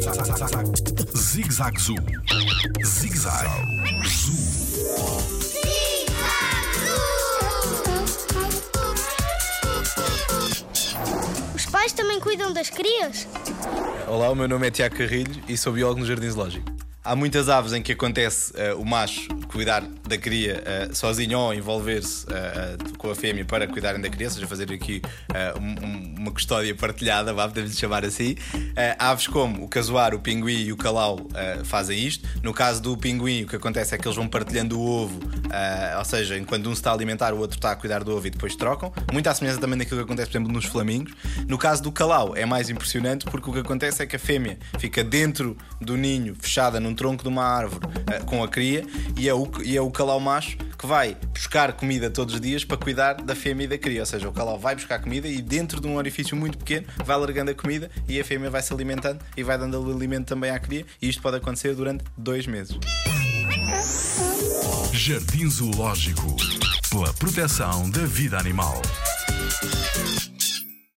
Zig-Zag Zoo. Zig-Zag Zoo. Os pais também cuidam das crias? Olá, o meu nome é Tiago Carrilho e sou biólogo no Jardim Zoológico. Há muitas aves em que acontece o macho cuidar da cria sozinho ou envolver-se com a fêmea para cuidarem da cria, ou seja, fazer aqui uma custódia partilhada, podemos chamar assim. Aves como o casuar, o pinguim e o calau fazem isto. No caso do pinguim, o que acontece é que eles vão partilhando o ovo, ou seja, enquanto um se está a alimentar, o outro está a cuidar do ovo e depois trocam. Muito à semelhança também daquilo que acontece, por exemplo, nos flamingos. No caso do calau é mais impressionante porque o que acontece é que a fêmea fica dentro do ninho, fechada num tronco de uma árvore com a cria, e é o calau macho que vai buscar comida todos os dias para cuidar da fêmea e da cria. Ou seja, o calau vai buscar comida e dentro de um orifício muito pequeno vai largando a comida e a fêmea vai se alimentando e vai dando alimento também à cria, e isto pode acontecer durante 2 meses. Jardim Zoológico, pela proteção da vida animal.